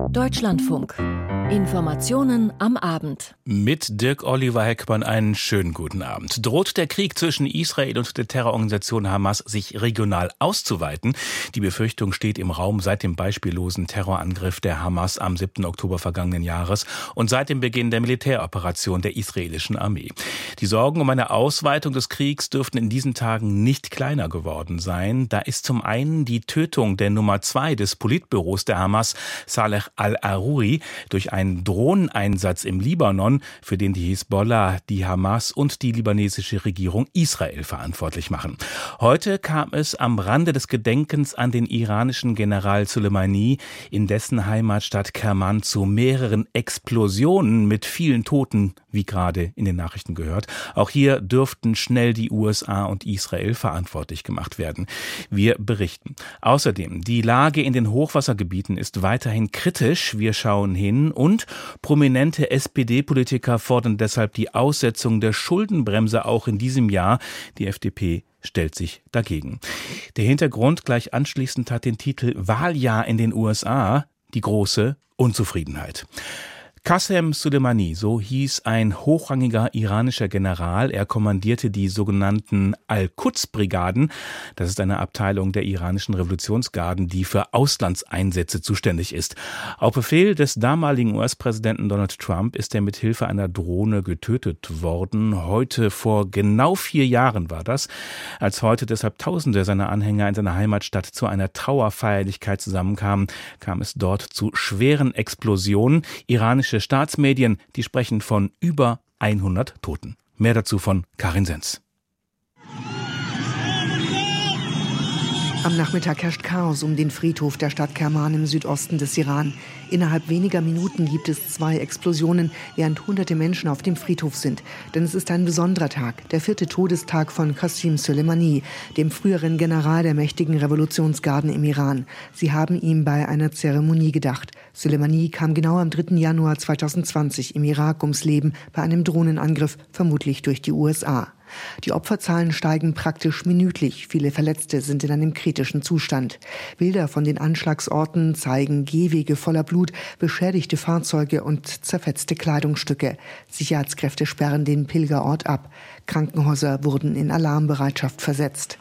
Deutschlandfunk. Informationen am Abend. Mit Dirk Oliver Heckmann einen schönen guten Abend. Droht der Krieg zwischen Israel und der Terrororganisation Hamas sich regional auszuweiten? Die Befürchtung steht im Raum seit dem beispiellosen Terrorangriff der Hamas am 7. Oktober vergangenen Jahres und seit dem Beginn der Militäroperation der israelischen Armee. Die Sorgen um eine Ausweitung des Kriegs dürften in diesen Tagen nicht kleiner geworden sein. Da ist zum einen die Tötung der Nummer 2 des Politbüros der Hamas, Saleh al-Aruri, durch einen Drohneneinsatz im Libanon, für den die Hisbollah, die Hamas und die libanesische Regierung Israel verantwortlich machen. Heute kam es am Rande des Gedenkens an den iranischen General Soleimani in dessen Heimatstadt Kerman zu mehreren Explosionen mit vielen Toten, wie gerade in den Nachrichten gehört. Auch hier dürften schnell die USA und Israel verantwortlich gemacht werden. Wir berichten. Außerdem, die Lage in den Hochwassergebieten ist weiterhin kritisch. Wir schauen hin und prominente SPD-Politiker fordern deshalb die Aussetzung der Schuldenbremse auch in diesem Jahr. Die FDP stellt sich dagegen. Der Hintergrund gleich anschließend hat den Titel Wahljahr in den USA, die große Unzufriedenheit. Qasem Soleimani, so hieß ein hochrangiger iranischer General. Er kommandierte die sogenannten Al-Quds-Brigaden. Das ist eine Abteilung der iranischen Revolutionsgarden, die für Auslandseinsätze zuständig ist. Auf Befehl des damaligen US-Präsidenten Donald Trump ist er mit Hilfe einer Drohne getötet worden. Heute vor genau 4 Jahren war das, als heute deshalb Tausende seiner Anhänger in seiner Heimatstadt zu einer Trauerfeierlichkeit zusammenkamen, kam es dort zu schweren Explosionen. Iranische Staatsmedien, die sprechen von über 100 Toten. Mehr dazu von Karin Sens. Am Nachmittag herrscht Chaos um den Friedhof der Stadt Kerman im Südosten des Iran. Innerhalb weniger Minuten gibt es 2 Explosionen, während hunderte Menschen auf dem Friedhof sind. Denn es ist ein besonderer Tag, der 4. Todestag von Qasem Soleimani, dem früheren General der mächtigen Revolutionsgarden im Iran. Sie haben ihm bei einer Zeremonie gedacht. Soleimani kam genau am 3. Januar 2020 im Irak ums Leben bei einem Drohnenangriff, vermutlich durch die USA. Die Opferzahlen steigen praktisch minütlich. Viele Verletzte sind in einem kritischen Zustand. Bilder von den Anschlagsorten zeigen Gehwege voller Blut, beschädigte Fahrzeuge und zerfetzte Kleidungsstücke. Sicherheitskräfte sperren den Pilgerort ab. Krankenhäuser wurden in Alarmbereitschaft versetzt.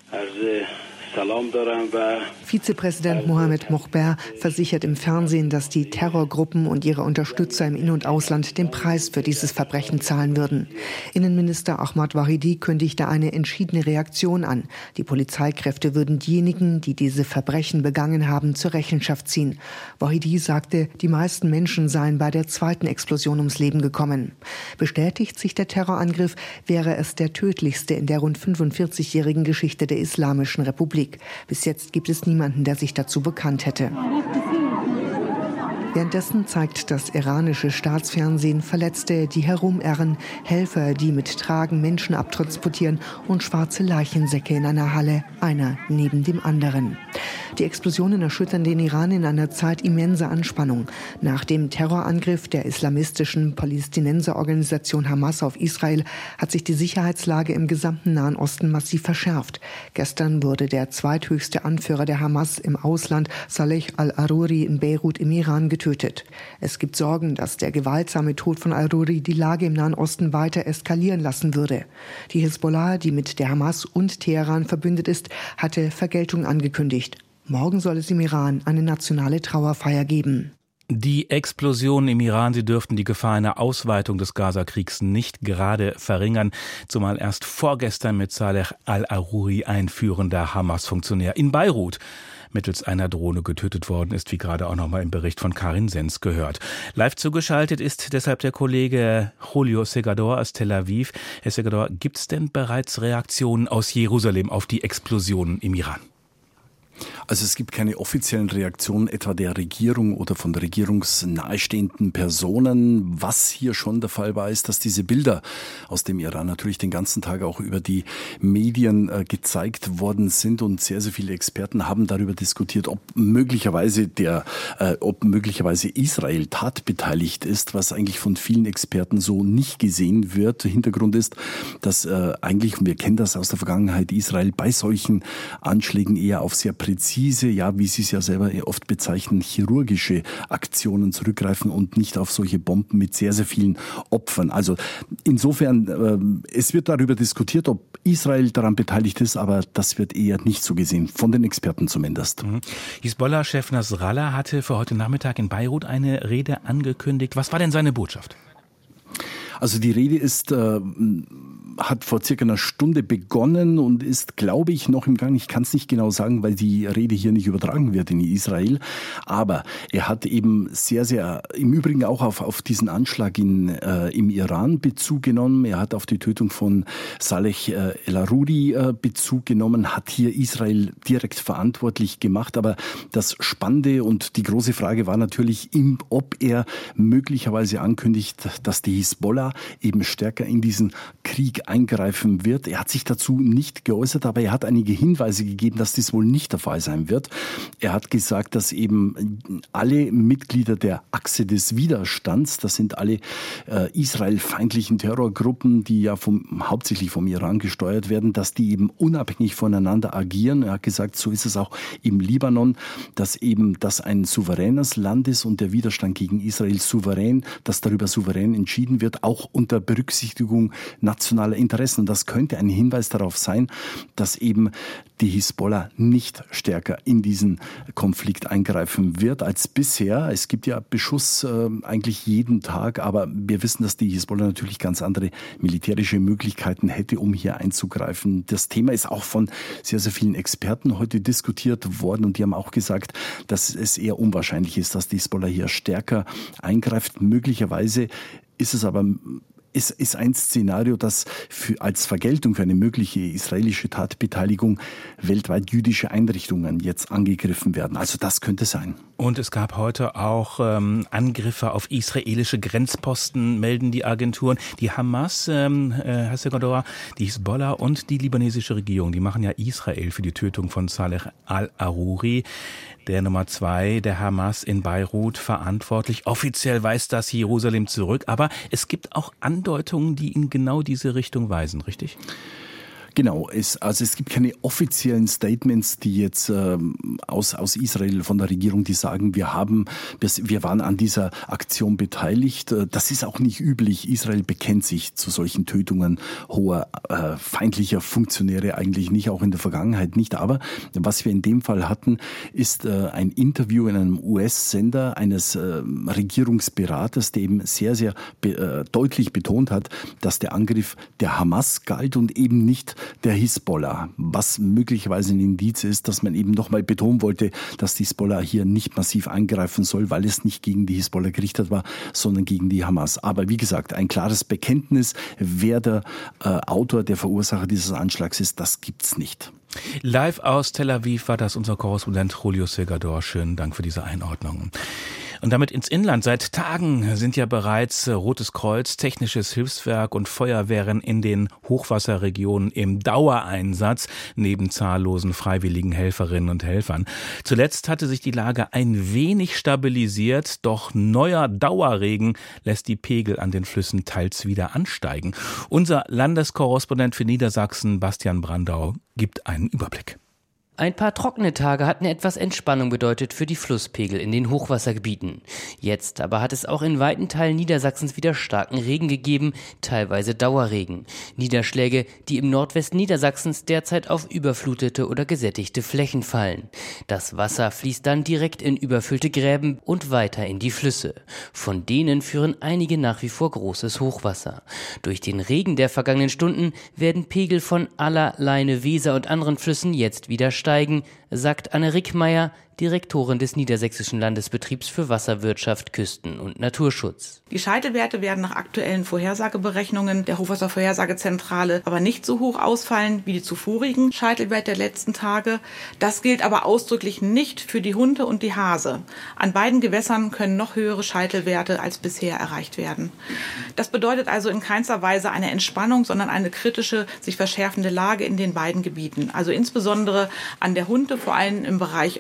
Vizepräsident Mohammed Mokhber versichert im Fernsehen, dass die Terrorgruppen und ihre Unterstützer im In- und Ausland den Preis für dieses Verbrechen zahlen würden. Innenminister Ahmad Wahidi kündigte eine entschiedene Reaktion an. Die Polizeikräfte würden diejenigen, die diese Verbrechen begangen haben, zur Rechenschaft ziehen. Wahidi sagte, die meisten Menschen seien bei der 2. Explosion ums Leben gekommen. Bestätigt sich der Terrorangriff, wäre es der tödlichste in der rund 45-jährigen Geschichte der Islamischen Republik. Bis jetzt gibt es niemanden, der sich dazu bekannt hätte. Währenddessen zeigt das iranische Staatsfernsehen Verletzte, die herumirren, Helfer, die mit Tragen Menschen abtransportieren und schwarze Leichensäcke in einer Halle, einer neben dem anderen. Die Explosionen erschüttern den Iran in einer Zeit immenser Anspannung. Nach dem Terrorangriff der islamistischen Palästinenserorganisation Hamas auf Israel hat sich die Sicherheitslage im gesamten Nahen Osten massiv verschärft. Gestern wurde der zweithöchste Anführer der Hamas im Ausland, Saleh al-Aruri, in Beirut im Iran getötet. Es gibt Sorgen, dass der gewaltsame Tod von al-Aruri die Lage im Nahen Osten weiter eskalieren lassen würde. Die Hisbollah, die mit der Hamas und Teheran verbündet ist, hatte Vergeltung angekündigt. Morgen soll es im Iran eine nationale Trauerfeier geben. Die Explosionen im Iran, sie dürften die Gefahr einer Ausweitung des Gazakriegs nicht gerade verringern, zumal erst vorgestern mit Saleh al-Aruri ein führender Hamas-Funktionär in Beirut mittels einer Drohne getötet worden ist, wie gerade auch nochmal im Bericht von Karin Sens gehört. Live zugeschaltet ist deshalb der Kollege Julio Segador aus Tel Aviv. Herr Segador, gibt es denn bereits Reaktionen aus Jerusalem auf die Explosionen im Iran? Also es gibt keine offiziellen Reaktionen etwa der Regierung oder von der regierungsnahestehenden Personen. Was hier schon der Fall war, ist, dass diese Bilder aus dem Iran natürlich den ganzen Tag auch über die Medien gezeigt worden sind und sehr, sehr viele Experten haben darüber diskutiert, ob möglicherweise Israel tatbeteiligt ist, was eigentlich von vielen Experten so nicht gesehen wird. Der Hintergrund ist, dass eigentlich, und wir kennen das aus der Vergangenheit, Israel bei solchen Anschlägen eher auf sehr präzise präzise, ja, wie Sie es ja selber oft bezeichnen, chirurgische Aktionen zurückgreifen und nicht auf solche Bomben mit sehr, sehr vielen Opfern. Also insofern, es wird darüber diskutiert, ob Israel daran beteiligt ist, aber das wird eher nicht so gesehen, von den Experten zumindest. Hisbollah-Chef Nasrallah hatte für heute Nachmittag in Beirut eine Rede angekündigt. Was war denn seine Botschaft? Also die Rede hat vor circa einer Stunde begonnen und ist, glaube ich, noch im Gang. Ich kann es nicht genau sagen, weil die Rede hier nicht übertragen wird in Israel. Aber er hat eben sehr, sehr, im Übrigen auch auf diesen Anschlag im Iran Bezug genommen. Er hat auf die Tötung von Saleh El-Aruri Bezug genommen, hat hier Israel direkt verantwortlich gemacht. Aber das Spannende und die große Frage war natürlich, ob er möglicherweise ankündigt, dass die Hisbollah eben stärker in diesen Krieg eingreifen wird. Er hat sich dazu nicht geäußert, aber er hat einige Hinweise gegeben, dass dies wohl nicht der Fall sein wird. Er hat gesagt, dass eben alle Mitglieder der Achse des Widerstands, das sind alle israelfeindlichen Terrorgruppen, die ja hauptsächlich vom Iran gesteuert werden, dass die eben unabhängig voneinander agieren. Er hat gesagt, so ist es auch im Libanon, dass eben das ein souveränes Land ist und der Widerstand gegen Israel souverän, dass darüber souverän entschieden wird, auch unter Berücksichtigung nationaler Interessen. Und das könnte ein Hinweis darauf sein, dass eben die Hisbollah nicht stärker in diesen Konflikt eingreifen wird als bisher. Es gibt ja Beschuss eigentlich jeden Tag, aber wir wissen, dass die Hisbollah natürlich ganz andere militärische Möglichkeiten hätte, um hier einzugreifen. Das Thema ist auch von sehr, sehr vielen Experten heute diskutiert worden und die haben auch gesagt, dass es eher unwahrscheinlich ist, dass die Hisbollah hier stärker eingreift. Möglicherweise ist es aber ist ein Szenario, das als Vergeltung für eine mögliche israelische Tatbeteiligung weltweit jüdische Einrichtungen jetzt angegriffen werden. Also das könnte sein. Und es gab heute auch Angriffe auf israelische Grenzposten, melden die Agenturen. Die Hamas, Herr Segador, die Hisbollah und die libanesische Regierung, die machen ja Israel für die Tötung von Saleh Al-Aruri, der Nummer 2 der Hamas in Beirut, verantwortlich. Offiziell weist das Jerusalem zurück, aber es gibt auch Andeutungen, die in genau diese Richtung weisen, richtig? Genau, es gibt keine offiziellen Statements, die jetzt aus Israel von der Regierung, die sagen, wir waren an dieser Aktion beteiligt. Das ist auch nicht üblich. Israel bekennt sich zu solchen Tötungen hoher feindlicher Funktionäre eigentlich nicht, auch in der Vergangenheit nicht. Aber was wir in dem Fall hatten, ist ein Interview in einem US-Sender eines Regierungsberaters, der eben sehr, sehr deutlich betont hat, dass der Angriff der Hamas galt und eben nicht der Hisbollah, was möglicherweise ein Indiz ist, dass man eben nochmal betonen wollte, dass die Hisbollah hier nicht massiv eingreifen soll, weil es nicht gegen die Hisbollah gerichtet war, sondern gegen die Hamas. Aber wie gesagt, ein klares Bekenntnis, wer der Autor, der Verursacher dieses Anschlags ist, das gibt's nicht. Live aus Tel Aviv war das unser Korrespondent Julio Segador. Schönen Dank für diese Einordnung. Und damit ins Inland. Seit Tagen sind ja bereits Rotes Kreuz, Technisches Hilfswerk und Feuerwehren in den Hochwasserregionen im Dauereinsatz, neben zahllosen freiwilligen Helferinnen und Helfern. Zuletzt hatte sich die Lage ein wenig stabilisiert, doch neuer Dauerregen lässt die Pegel an den Flüssen teils wieder ansteigen. Unser Landeskorrespondent für Niedersachsen, Bastian Brandau, gibt einen Überblick. Ein paar trockene Tage hatten etwas Entspannung bedeutet für die Flusspegel in den Hochwassergebieten. Jetzt aber hat es auch in weiten Teilen Niedersachsens wieder starken Regen gegeben, teilweise Dauerregen. Niederschläge, die im Nordwesten Niedersachsens derzeit auf überflutete oder gesättigte Flächen fallen. Das Wasser fließt dann direkt in überfüllte Gräben und weiter in die Flüsse. Von denen führen einige nach wie vor großes Hochwasser. Durch den Regen der vergangenen Stunden werden Pegel von Aller, Leine, Weser und anderen Flüssen jetzt wieder steigen, sagt Anne Rickmeier, Direktorin des Niedersächsischen Landesbetriebs für Wasserwirtschaft, Küsten- und Naturschutz. Die Scheitelwerte werden nach aktuellen Vorhersageberechnungen der Hochwasservorhersagezentrale aber nicht so hoch ausfallen wie die zuvorigen Scheitelwerte der letzten Tage. Das gilt aber ausdrücklich nicht für die Hunde und die Hase. An beiden Gewässern können noch höhere Scheitelwerte als bisher erreicht werden. Das bedeutet also in keinster Weise eine Entspannung, sondern eine kritische, sich verschärfende Lage in den beiden Gebieten. Also insbesondere an der Hunde, vor allem im Bereich Oldenburg,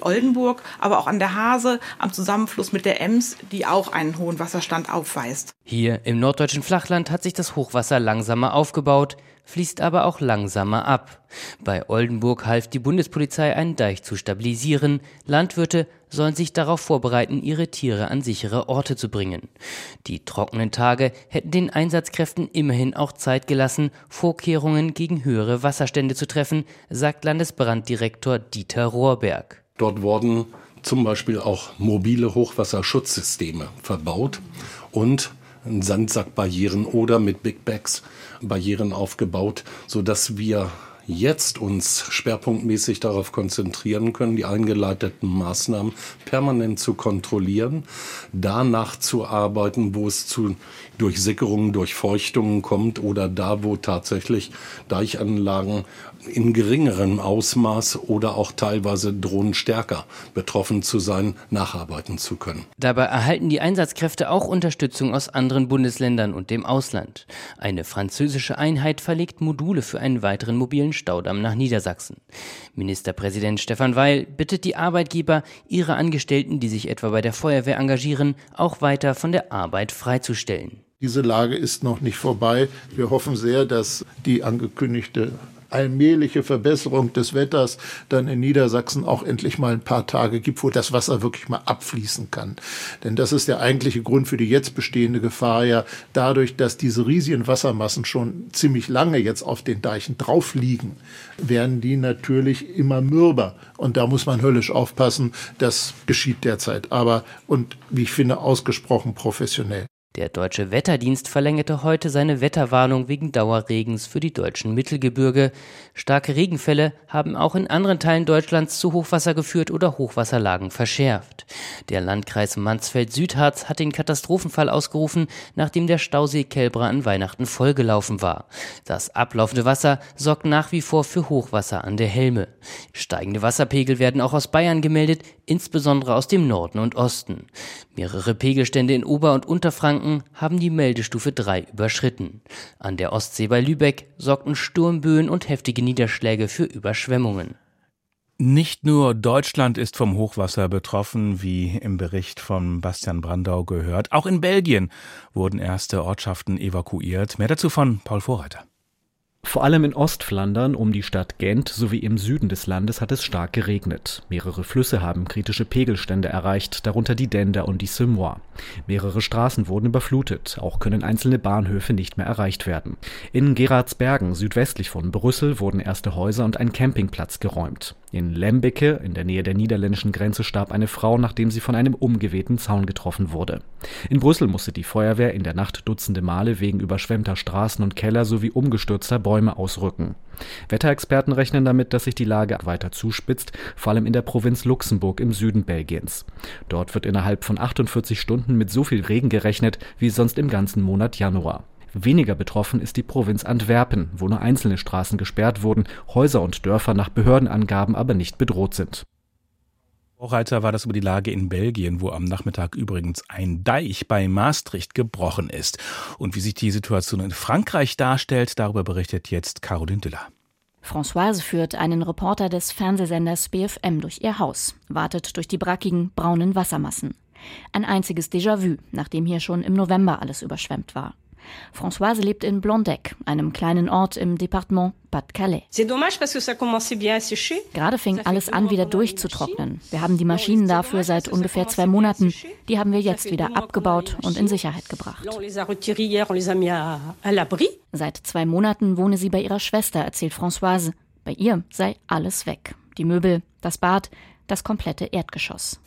Oldenburg, aber auch an der Hase, am Zusammenfluss mit der Ems, die auch einen hohen Wasserstand aufweist. Hier im norddeutschen Flachland hat sich das Hochwasser langsamer aufgebaut, fließt aber auch langsamer ab. Bei Oldenburg half die Bundespolizei, einen Deich zu stabilisieren. Landwirte sollen sich darauf vorbereiten, ihre Tiere an sichere Orte zu bringen. Die trockenen Tage hätten den Einsatzkräften immerhin auch Zeit gelassen, Vorkehrungen gegen höhere Wasserstände zu treffen, sagt Landesbranddirektor Dieter Rohrberg. Dort wurden zum Beispiel auch mobile Hochwasserschutzsysteme verbaut und Sandsackbarrieren oder mit Big Bags Barrieren aufgebaut, sodass wir jetzt uns schwerpunktmäßig darauf konzentrieren können, die eingeleiteten Maßnahmen permanent zu kontrollieren, danach zu arbeiten, wo es zu Durchsickerungen, Durchfeuchtungen kommt oder da, wo tatsächlich Deichanlagen in geringerem Ausmaß oder auch teilweise drohen stärker betroffen zu sein, nacharbeiten zu können. Dabei erhalten die Einsatzkräfte auch Unterstützung aus anderen Bundesländern und dem Ausland. Eine französische Einheit verlegt Module für einen weiteren mobilen Staudamm nach Niedersachsen. Ministerpräsident Stefan Weil bittet die Arbeitgeber, ihre Angestellten, die sich etwa bei der Feuerwehr engagieren, auch weiter von der Arbeit freizustellen. Diese Lage ist noch nicht vorbei. Wir hoffen sehr, dass die angekündigte allmähliche Verbesserung des Wetters dann in Niedersachsen auch endlich mal ein paar Tage gibt, wo das Wasser wirklich mal abfließen kann. Denn das ist der eigentliche Grund für die jetzt bestehende Gefahr ja, dadurch, dass diese riesigen Wassermassen schon ziemlich lange jetzt auf den Deichen drauf liegen, werden die natürlich immer mürber. Und da muss man höllisch aufpassen. Das geschieht derzeit aber, und wie ich finde, ausgesprochen professionell. Der Deutsche Wetterdienst verlängerte heute seine Wetterwarnung wegen Dauerregens für die deutschen Mittelgebirge. Starke Regenfälle haben auch in anderen Teilen Deutschlands zu Hochwasser geführt oder Hochwasserlagen verschärft. Der Landkreis Mansfeld-Südharz hat den Katastrophenfall ausgerufen, nachdem der Stausee Kelbra an Weihnachten vollgelaufen war. Das ablaufende Wasser sorgt nach wie vor für Hochwasser an der Helme. Steigende Wasserpegel werden auch aus Bayern gemeldet, insbesondere aus dem Norden und Osten. Mehrere Pegelstände in Ober- und Unterfranken haben die Meldestufe 3 überschritten. An der Ostsee bei Lübeck sorgten Sturmböen und heftige Niederschläge für Überschwemmungen. Nicht nur Deutschland ist vom Hochwasser betroffen, wie im Bericht von Bastian Brandau gehört. Auch in Belgien wurden erste Ortschaften evakuiert. Mehr dazu von Paul Vorreiter. Vor allem in Ostflandern um die Stadt Gent sowie im Süden des Landes hat es stark geregnet. Mehrere Flüsse haben kritische Pegelstände erreicht, darunter die Dender und die Semois. Mehrere Straßen wurden überflutet, auch können einzelne Bahnhöfe nicht mehr erreicht werden. In Geraardsbergen, südwestlich von Brüssel, wurden erste Häuser und ein Campingplatz geräumt. In Lembeke, in der Nähe der niederländischen Grenze, starb eine Frau, nachdem sie von einem umgewehten Zaun getroffen wurde. In Brüssel musste die Feuerwehr in der Nacht dutzende Male wegen überschwemmter Straßen und Keller sowie umgestürzter Bäume ausrücken. Wetterexperten rechnen damit, dass sich die Lage weiter zuspitzt, vor allem in der Provinz Luxemburg im Süden Belgiens. Dort wird innerhalb von 48 Stunden mit so viel Regen gerechnet wie sonst im ganzen Monat Januar. Weniger betroffen ist die Provinz Antwerpen, wo nur einzelne Straßen gesperrt wurden, Häuser und Dörfer nach Behördenangaben aber nicht bedroht sind. Vorreiter war das über die Lage in Belgien, wo am Nachmittag übrigens ein Deich bei Maastricht gebrochen ist. Und wie sich die Situation in Frankreich darstellt, darüber berichtet jetzt Caroline Düller. Françoise führt einen Reporter des Fernsehsenders BFM durch ihr Haus, wartet durch die brackigen, braunen Wassermassen. Ein einziges Déjà-vu, nachdem hier schon im November alles überschwemmt war. Françoise lebt in Blondec, einem kleinen Ort im Departement Pas-de-Calais. Gerade fing alles an, wieder durchzutrocknen. Wir haben die Maschinen dafür seit ungefähr 2 Monaten. Die haben wir jetzt wieder abgebaut und in Sicherheit gebracht. Seit 2 Monaten wohne sie bei ihrer Schwester, erzählt Françoise. Bei ihr sei alles weg. Die Möbel, das Bad, das komplette Erdgeschoss.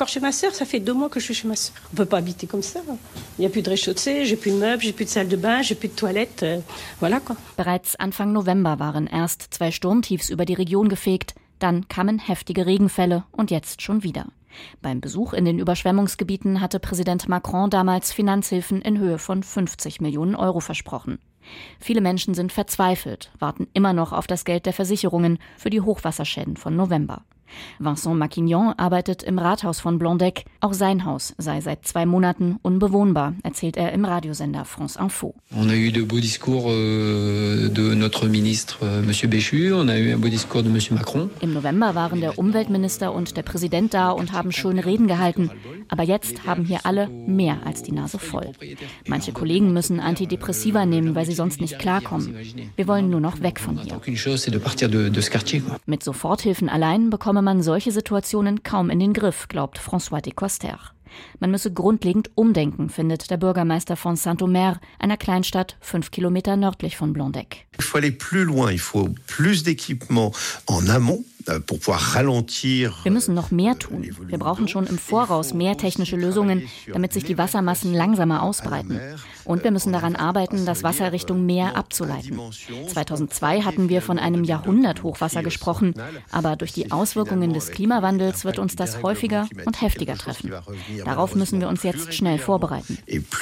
Bereits Anfang November waren erst 2 Sturmtiefs über die Region gefegt, dann kamen heftige Regenfälle und jetzt schon wieder. Beim Besuch in den Überschwemmungsgebieten hatte Präsident Macron damals Finanzhilfen in Höhe von 50 Millionen Euro versprochen. Viele Menschen sind verzweifelt, warten immer noch auf das Geld der Versicherungen für die Hochwasserschäden von November. Vincent Maquignon arbeitet im Rathaus von Blondec. Auch sein Haus sei seit 2 Monaten unbewohnbar, erzählt er im Radiosender France Info. On a eu de beaux discours de notre ministre, Monsieur Béchu. On a eu un beau discours de Monsieur Macron. Im November waren der Umweltminister und der Präsident da und haben schöne Reden gehalten. Aber jetzt haben hier alle mehr als die Nase voll. Manche Kollegen müssen Antidepressiva nehmen, weil sie sonst nicht klarkommen. Wir wollen nur noch weg von hier. Mit Soforthilfen allein bekomme man solche Situationen kaum in den Griff, glaubt François Decoster. Man müsse grundlegend umdenken, findet der Bürgermeister von Saint-Omer, einer Kleinstadt 5 Kilometer nördlich von Blondec. Il faut aller plus loin, il faut plus d'équipements en amont. Wir müssen noch mehr tun. Wir brauchen schon im Voraus mehr technische Lösungen, damit sich die Wassermassen langsamer ausbreiten. Und wir müssen daran arbeiten, das Wasser Richtung Meer abzuleiten. 2002 hatten wir von einem Jahrhunderthochwasser gesprochen, aber durch die Auswirkungen des Klimawandels wird uns das häufiger und heftiger treffen. Darauf müssen wir uns jetzt schnell vorbereiten.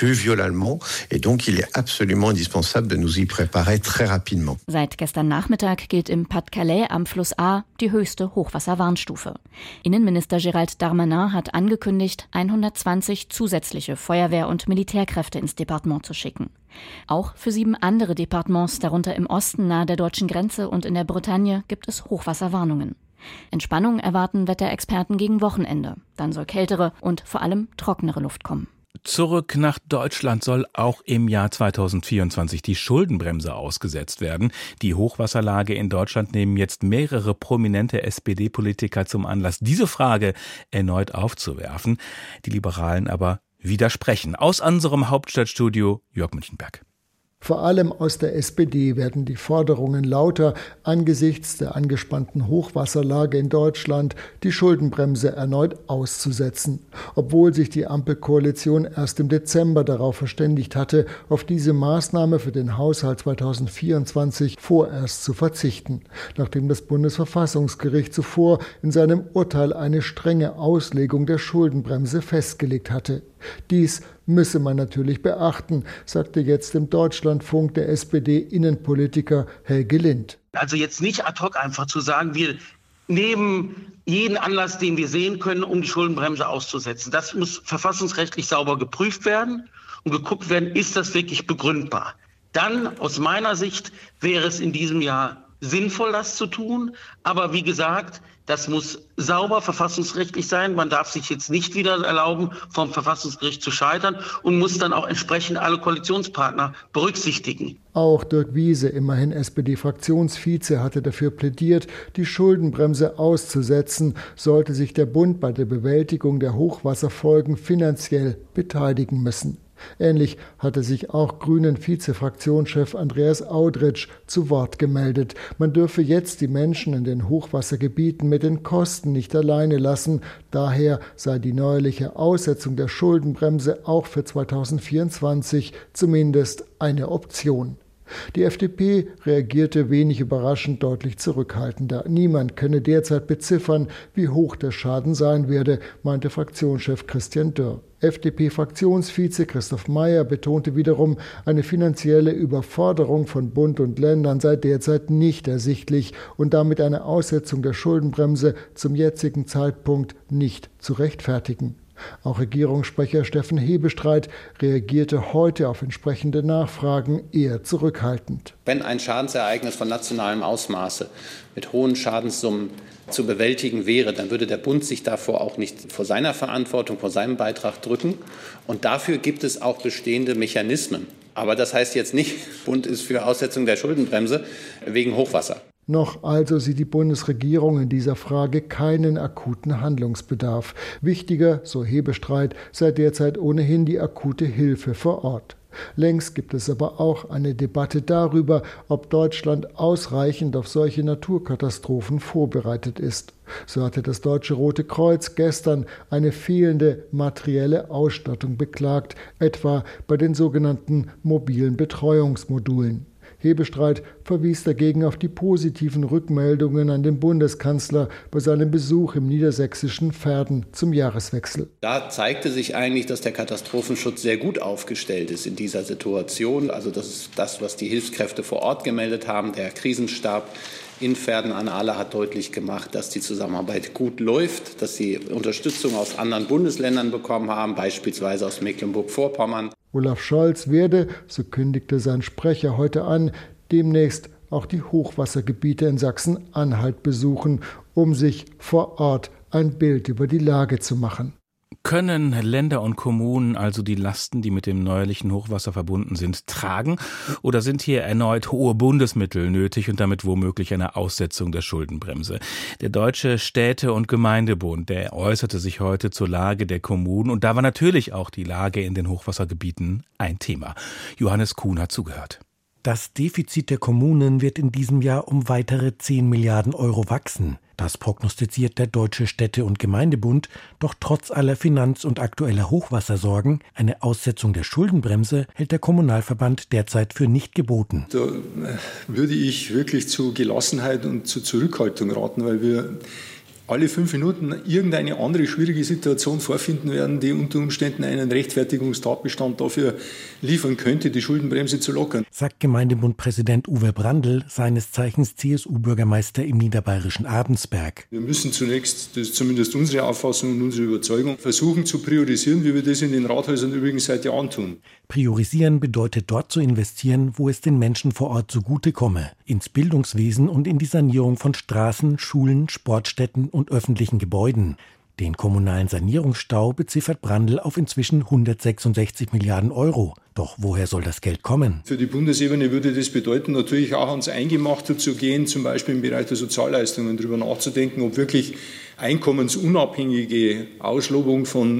Seit gestern Nachmittag gilt im Pas-de-Calais am Fluss A die höchste Hochwasserwarnstufe. Innenminister Gérald Darmanin hat angekündigt, 120 zusätzliche Feuerwehr- und Militärkräfte ins Departement zu schicken. Auch für 7 andere Departements, darunter im Osten nahe der deutschen Grenze und in der Bretagne, gibt es Hochwasserwarnungen. Entspannung erwarten Wetterexperten gegen Wochenende. Dann soll kältere und vor allem trockenere Luft kommen. Zurück nach Deutschland soll auch im Jahr 2024 die Schuldenbremse ausgesetzt werden. Die Hochwasserlage in Deutschland nehmen jetzt mehrere prominente SPD-Politiker zum Anlass, diese Frage erneut aufzuwerfen. Die Liberalen aber widersprechen. Aus unserem Hauptstadtstudio Jörg Münchenberg. Vor allem aus der SPD werden die Forderungen lauter, angesichts der angespannten Hochwasserlage in Deutschland die Schuldenbremse erneut auszusetzen. Obwohl sich die Ampelkoalition erst im Dezember darauf verständigt hatte, auf diese Maßnahme für den Haushalt 2024 vorerst zu verzichten, nachdem das Bundesverfassungsgericht zuvor in seinem Urteil eine strenge Auslegung der Schuldenbremse festgelegt hatte. Dies müsse man natürlich beachten, sagte jetzt im Deutschlandfunk der SPD-Innenpolitiker Helge Lind. Also jetzt nicht ad hoc einfach zu sagen, wir nehmen jeden Anlass, den wir sehen können, um die Schuldenbremse auszusetzen. Das muss verfassungsrechtlich sauber geprüft werden und geguckt werden, ist das wirklich begründbar. Dann, aus meiner Sicht, wäre es in diesem Jahr sinnvoll, das zu tun. Aber wie gesagt, das muss sauber verfassungsrechtlich sein. Man darf sich jetzt nicht wieder erlauben, vom Verfassungsgericht zu scheitern und muss dann auch entsprechend alle Koalitionspartner berücksichtigen. Auch Dirk Wiese, immerhin SPD-Fraktionsvize, hatte dafür plädiert, die Schuldenbremse auszusetzen, sollte sich der Bund bei der Bewältigung der Hochwasserfolgen finanziell beteiligen müssen. Ähnlich hatte sich auch Grünen-Vize-Fraktionschef Andreas Audretsch zu Wort gemeldet. Man dürfe jetzt die Menschen in den Hochwassergebieten mit den Kosten nicht alleine lassen. Daher sei die neuerliche Aussetzung der Schuldenbremse auch für 2024 zumindest eine Option. Die FDP reagierte wenig überraschend deutlich zurückhaltender. Niemand könne derzeit beziffern, wie hoch der Schaden sein werde, meinte Fraktionschef Christian Dörr. FDP-Fraktionsvize Christoph Mayer betonte wiederum, eine finanzielle Überforderung von Bund und Ländern sei derzeit nicht ersichtlich und damit eine Aussetzung der Schuldenbremse zum jetzigen Zeitpunkt nicht zu rechtfertigen. Auch Regierungssprecher Steffen Hebestreit reagierte heute auf entsprechende Nachfragen eher zurückhaltend. Wenn ein Schadensereignis von nationalem Ausmaße mit hohen Schadenssummen zu bewältigen wäre, dann würde der Bund sich davor auch nicht vor seiner Verantwortung, vor seinem Beitrag drücken. Und dafür gibt es auch bestehende Mechanismen. Aber das heißt jetzt nicht, Bund ist für Aussetzung der Schuldenbremse wegen Hochwasser. Noch also sieht die Bundesregierung in dieser Frage keinen akuten Handlungsbedarf. Wichtiger, so Hebestreit, sei derzeit ohnehin die akute Hilfe vor Ort. Längst gibt es aber auch eine Debatte darüber, ob Deutschland ausreichend auf solche Naturkatastrophen vorbereitet ist. So hatte das Deutsche Rote Kreuz gestern eine fehlende materielle Ausstattung beklagt, etwa bei den sogenannten mobilen Betreuungsmodulen. Hebestreit verwies dagegen auf die positiven Rückmeldungen an den Bundeskanzler bei seinem Besuch im niedersächsischen Verden zum Jahreswechsel. Da zeigte sich eigentlich, dass der Katastrophenschutz sehr gut aufgestellt ist in dieser Situation. Also das ist das, was die Hilfskräfte vor Ort gemeldet haben. Der Krisenstab in Verden an Aale hat deutlich gemacht, dass die Zusammenarbeit gut läuft, dass sie Unterstützung aus anderen Bundesländern bekommen haben, beispielsweise aus Mecklenburg-Vorpommern. Olaf Scholz werde, so kündigte sein Sprecher heute an, demnächst auch die Hochwassergebiete in Sachsen-Anhalt besuchen, um sich vor Ort ein Bild über die Lage zu machen. Können Länder und Kommunen also die Lasten, die mit dem neuerlichen Hochwasser verbunden sind, tragen? Oder sind hier erneut hohe Bundesmittel nötig und damit womöglich eine Aussetzung der Schuldenbremse? Der Deutsche Städte- und Gemeindebund, der äußerte sich heute zur Lage der Kommunen. Und da war natürlich auch die Lage in den Hochwassergebieten ein Thema. Johannes Kuhn hat zugehört. Das Defizit der Kommunen wird in diesem Jahr um weitere 10 Milliarden Euro wachsen. Das prognostiziert der Deutsche Städte- und Gemeindebund. Doch trotz aller Finanz- und aktueller Hochwassersorgen, eine Aussetzung der Schuldenbremse hält der Kommunalverband derzeit für nicht geboten. Da würde ich wirklich zu Gelassenheit und zu Zurückhaltung raten, weil wir alle 5 Minuten irgendeine andere schwierige Situation vorfinden werden, die unter Umständen einen Rechtfertigungstatbestand dafür liefern könnte, die Schuldenbremse zu lockern. Sagt Gemeindebundpräsident Uwe Brandl, seines Zeichens CSU-Bürgermeister im niederbayerischen Abensberg. Wir müssen zunächst, das ist zumindest unsere Auffassung und unsere Überzeugung, versuchen zu priorisieren, wie wir das in den Rathäusern übrigens seit Jahren tun. Priorisieren bedeutet dort zu investieren, wo es den Menschen vor Ort zugutekomme. Ins Bildungswesen und in die Sanierung von Straßen, Schulen, Sportstätten und öffentlichen Gebäuden. Den kommunalen Sanierungsstau beziffert Brandl auf inzwischen 166 Milliarden Euro. Doch woher soll das Geld kommen? Für die Bundesebene würde das bedeuten, natürlich auch ans Eingemachte zu gehen, zum Beispiel im Bereich der Sozialleistungen, darüber nachzudenken, ob wirklich einkommensunabhängige Auslobung von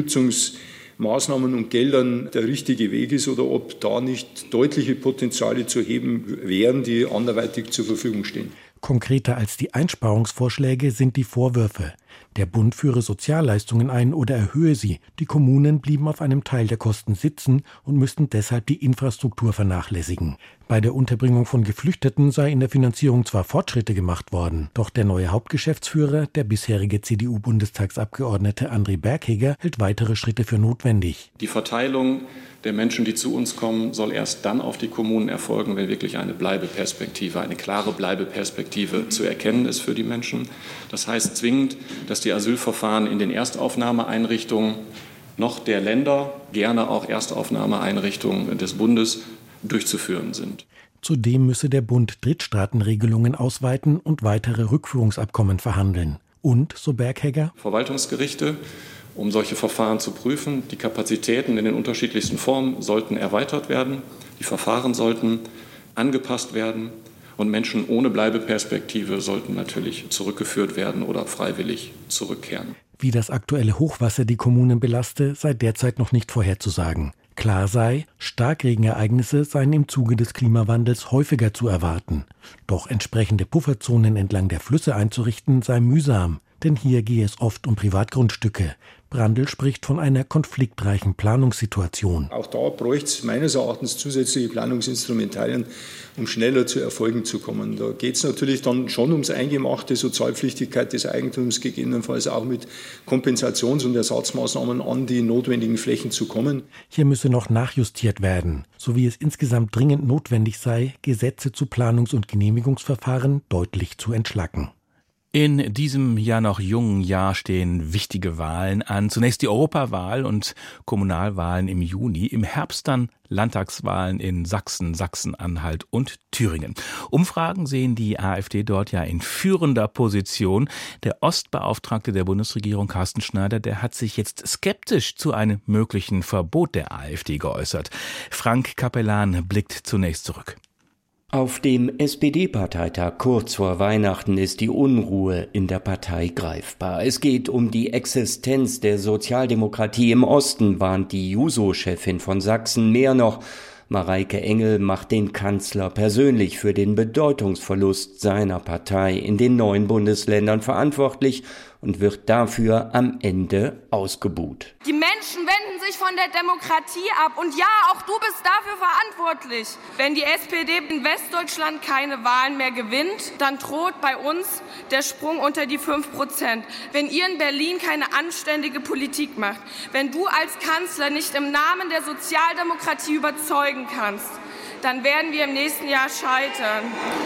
Unterstützungsmaßnahmen und Geldern der richtige Weg ist oder ob da nicht deutliche Potenziale zu heben wären, die anderweitig zur Verfügung stehen. Konkreter als die Einsparungsvorschläge sind die Vorwürfe. Der Bund führe Sozialleistungen ein oder erhöhe sie. Die Kommunen blieben auf einem Teil der Kosten sitzen und müssten deshalb die Infrastruktur vernachlässigen. Bei der Unterbringung von Geflüchteten sei in der Finanzierung zwar Fortschritte gemacht worden, doch der neue Hauptgeschäftsführer, der bisherige CDU-Bundestagsabgeordnete André Bergheger, hält weitere Schritte für notwendig. Die Verteilung der Menschen, die zu uns kommen, soll erst dann auf die Kommunen erfolgen, wenn wirklich eine Bleibeperspektive, eine klare Bleibeperspektive zu erkennen ist für die Menschen. Das heißt zwingend, dass die Asylverfahren in den Erstaufnahmeeinrichtungen noch der Länder, gerne auch Erstaufnahmeeinrichtungen des Bundes, durchzuführen sind. Zudem müsse der Bund Drittstaatenregelungen ausweiten und weitere Rückführungsabkommen verhandeln. Und, so Bergheger, Verwaltungsgerichte, um solche Verfahren zu prüfen. Die Kapazitäten in den unterschiedlichsten Formen sollten erweitert werden. Die Verfahren sollten angepasst werden. Und Menschen ohne Bleibeperspektive sollten natürlich zurückgeführt werden oder freiwillig zurückkehren. Wie das aktuelle Hochwasser die Kommunen belaste, sei derzeit noch nicht vorherzusagen. Klar sei, Starkregenereignisse seien im Zuge des Klimawandels häufiger zu erwarten. Doch entsprechende Pufferzonen entlang der Flüsse einzurichten, sei mühsam. Denn hier gehe es oft um Privatgrundstücke. Brandl spricht von einer konfliktreichen Planungssituation. Auch da bräuchte es meines Erachtens zusätzliche Planungsinstrumentarien, um schneller zu Erfolgen zu kommen. Da geht es natürlich dann schon ums Eingemachte, Sozialpflichtigkeit des Eigentums, gegebenenfalls auch mit Kompensations- und Ersatzmaßnahmen an die notwendigen Flächen zu kommen. Hier müsse noch nachjustiert werden, so wie es insgesamt dringend notwendig sei, Gesetze zu Planungs- und Genehmigungsverfahren deutlich zu entschlacken. In diesem ja noch jungen Jahr stehen wichtige Wahlen an. Zunächst die Europawahl und Kommunalwahlen im Juni. Im Herbst dann Landtagswahlen in Sachsen, Sachsen-Anhalt und Thüringen. Umfragen sehen die AfD dort ja in führender Position. Der Ostbeauftragte der Bundesregierung, Carsten Schneider, der hat sich jetzt skeptisch zu einem möglichen Verbot der AfD geäußert. Frank Capellan blickt zunächst zurück. Auf dem SPD-Parteitag kurz vor Weihnachten ist die Unruhe in der Partei greifbar. Es geht um die Existenz der Sozialdemokratie im Osten, warnt die Juso-Chefin von Sachsen. Mehr noch, Mareike Engel macht den Kanzler persönlich für den Bedeutungsverlust seiner Partei in den 9 Bundesländern verantwortlich und wird dafür am Ende ausgebuht. Die Menschen wenden sich von der Demokratie ab. Und ja, auch du bist dafür verantwortlich. Wenn die SPD in Westdeutschland keine Wahlen mehr gewinnt, dann droht bei uns der Sprung unter die 5%. Wenn ihr in Berlin keine anständige Politik macht, wenn du als Kanzler nicht im Namen der Sozialdemokratie überzeugen kannst, dann werden wir im nächsten Jahr scheitern.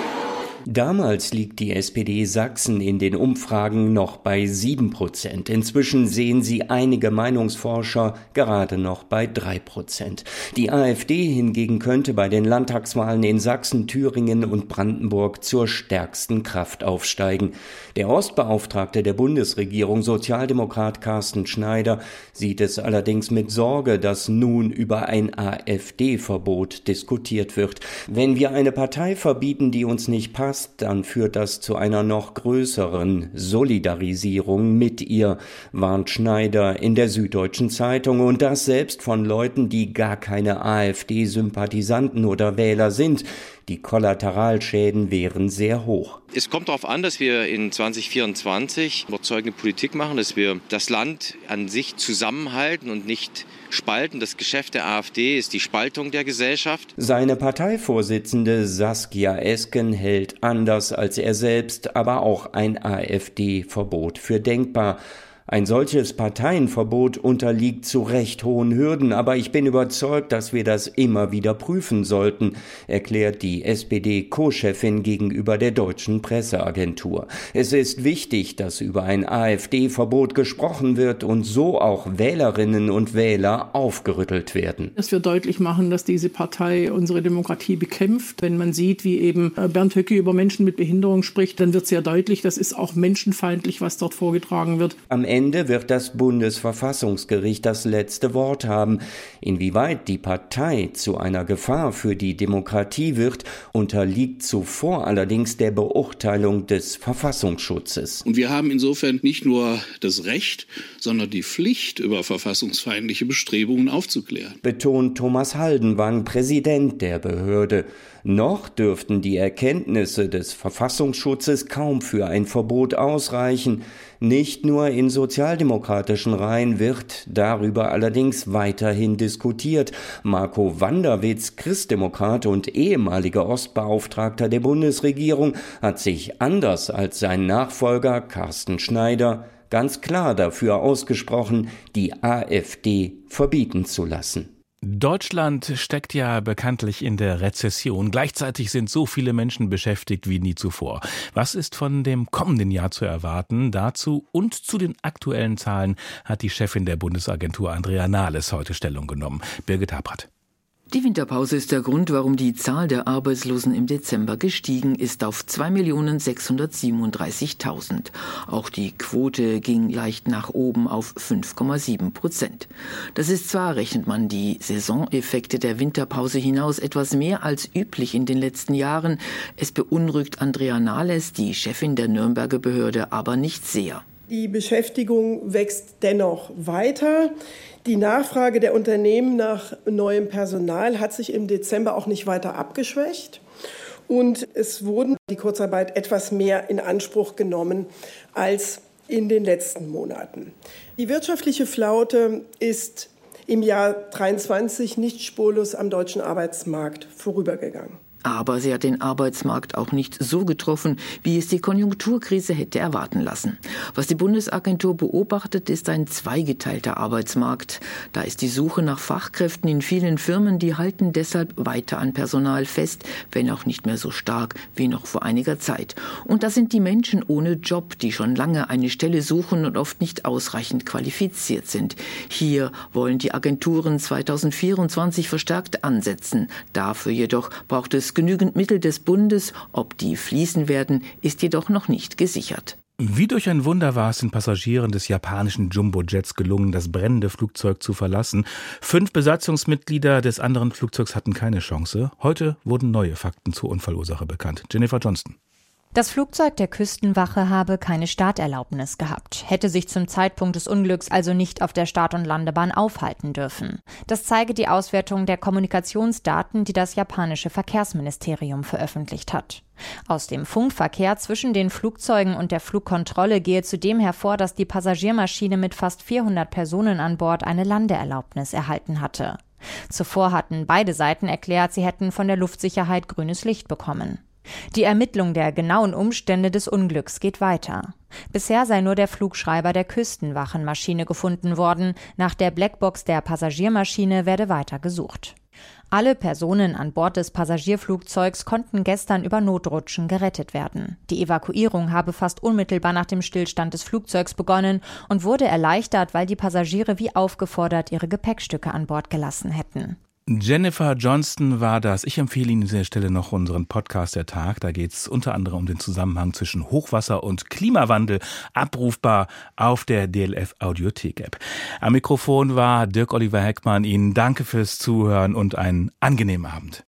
Damals liegt die SPD Sachsen in den Umfragen noch bei 7%. Inzwischen sehen sie einige Meinungsforscher gerade noch bei 3%. Die AfD hingegen könnte bei den Landtagswahlen in Sachsen, Thüringen und Brandenburg zur stärksten Kraft aufsteigen. Der Ostbeauftragte der Bundesregierung, Sozialdemokrat Carsten Schneider, sieht es allerdings mit Sorge, dass nun über ein AfD-Verbot diskutiert wird. Wenn wir eine Partei verbieten, die uns nicht passt, dann führt das zu einer noch größeren Solidarisierung mit ihr, warnt Schneider in der Süddeutschen Zeitung, und das selbst von Leuten, die gar keine AfD-Sympathisanten oder Wähler sind. Die Kollateralschäden wären sehr hoch. Es kommt darauf an, dass wir in 2024 überzeugende Politik machen, dass wir das Land an sich zusammenhalten und nicht spalten. Das Geschäft der AfD ist die Spaltung der Gesellschaft. Seine Parteivorsitzende Saskia Esken hält anders als er selbst aber auch ein AfD-Verbot für denkbar. Ein solches Parteienverbot unterliegt zu Recht hohen Hürden, aber ich bin überzeugt, dass wir das immer wieder prüfen sollten, erklärt die SPD-Co-Chefin gegenüber der Deutschen Presseagentur. Es ist wichtig, dass über ein AfD-Verbot gesprochen wird und so auch Wählerinnen und Wähler aufgerüttelt werden. Dass wir deutlich machen, dass diese Partei unsere Demokratie bekämpft. Wenn man sieht, wie eben Bernd Höcke über Menschen mit Behinderung spricht, dann wird sehr deutlich, das ist auch menschenfeindlich, was dort vorgetragen wird. Am Ende wird das Bundesverfassungsgericht das letzte Wort haben. Inwieweit die Partei zu einer Gefahr für die Demokratie wird, unterliegt zuvor allerdings der Beurteilung des Verfassungsschutzes. Und wir haben insofern nicht nur das Recht, sondern die Pflicht, über verfassungsfeindliche Bestrebungen aufzuklären, betont Thomas Haldenwang, Präsident der Behörde. Noch dürften die Erkenntnisse des Verfassungsschutzes kaum für ein Verbot ausreichen. Nicht nur in sozialdemokratischen Reihen wird darüber allerdings weiterhin diskutiert. Marco Wanderwitz, Christdemokrat und ehemaliger Ostbeauftragter der Bundesregierung, hat sich anders als sein Nachfolger Carsten Schneider ganz klar dafür ausgesprochen, die AfD verbieten zu lassen. Deutschland steckt ja bekanntlich in der Rezession. Gleichzeitig sind so viele Menschen beschäftigt wie nie zuvor. Was ist von dem kommenden Jahr zu erwarten? Dazu und zu den aktuellen Zahlen hat die Chefin der Bundesagentur Andrea Nahles heute Stellung genommen. Birgit Habrath. Die Winterpause ist der Grund, warum die Zahl der Arbeitslosen im Dezember gestiegen ist auf 2.637.000. Auch die Quote ging leicht nach oben auf 5,7%. Das ist zwar, rechnet man die Saisoneffekte der Winterpause hinaus, etwas mehr als üblich in den letzten Jahren. Es beunruhigt Andrea Nahles, die Chefin der Nürnberger Behörde, aber nicht sehr. Die Beschäftigung wächst dennoch weiter. Die Nachfrage der Unternehmen nach neuem Personal hat sich im Dezember auch nicht weiter abgeschwächt. Und es wurden die Kurzarbeit etwas mehr in Anspruch genommen als in den letzten Monaten. Die wirtschaftliche Flaute ist im Jahr 2023 nicht spurlos am deutschen Arbeitsmarkt vorübergegangen. Aber sie hat den Arbeitsmarkt auch nicht so getroffen, wie es die Konjunkturkrise hätte erwarten lassen. Was die Bundesagentur beobachtet, ist ein zweigeteilter Arbeitsmarkt. Da ist die Suche nach Fachkräften in vielen Firmen, die halten deshalb weiter an Personal fest, wenn auch nicht mehr so stark wie noch vor einiger Zeit. Und das sind die Menschen ohne Job, die schon lange eine Stelle suchen und oft nicht ausreichend qualifiziert sind. Hier wollen die Agenturen 2024 verstärkt ansetzen. Dafür jedoch braucht es genügend Mittel des Bundes. Ob die fließen werden, ist jedoch noch nicht gesichert. Wie durch ein Wunder war es den Passagieren des japanischen Jumbo-Jets gelungen, das brennende Flugzeug zu verlassen. 5 Besatzungsmitglieder des anderen Flugzeugs hatten keine Chance. Heute wurden neue Fakten zur Unfallursache bekannt. Jennifer Johnston. Das Flugzeug der Küstenwache habe keine Starterlaubnis gehabt, hätte sich zum Zeitpunkt des Unglücks also nicht auf der Start- und Landebahn aufhalten dürfen. Das zeige die Auswertung der Kommunikationsdaten, die das japanische Verkehrsministerium veröffentlicht hat. Aus dem Funkverkehr zwischen den Flugzeugen und der Flugkontrolle gehe zudem hervor, dass die Passagiermaschine mit fast 400 Personen an Bord eine Landeerlaubnis erhalten hatte. Zuvor hatten beide Seiten erklärt, sie hätten von der Luftsicherheit grünes Licht bekommen. Die Ermittlung der genauen Umstände des Unglücks geht weiter. Bisher sei nur der Flugschreiber der Küstenwachenmaschine gefunden worden. Nach der Blackbox der Passagiermaschine werde weiter gesucht. Alle Personen an Bord des Passagierflugzeugs konnten gestern über Notrutschen gerettet werden. Die Evakuierung habe fast unmittelbar nach dem Stillstand des Flugzeugs begonnen und wurde erleichtert, weil die Passagiere wie aufgefordert ihre Gepäckstücke an Bord gelassen hätten. Jennifer Johnston war das. Ich empfehle Ihnen an dieser Stelle noch unseren Podcast der Tag. Da geht es unter anderem um den Zusammenhang zwischen Hochwasser und Klimawandel, abrufbar auf der DLF Audiothek-App. Am Mikrofon war Dirk Oliver Heckmann. Ihnen danke fürs Zuhören und einen angenehmen Abend.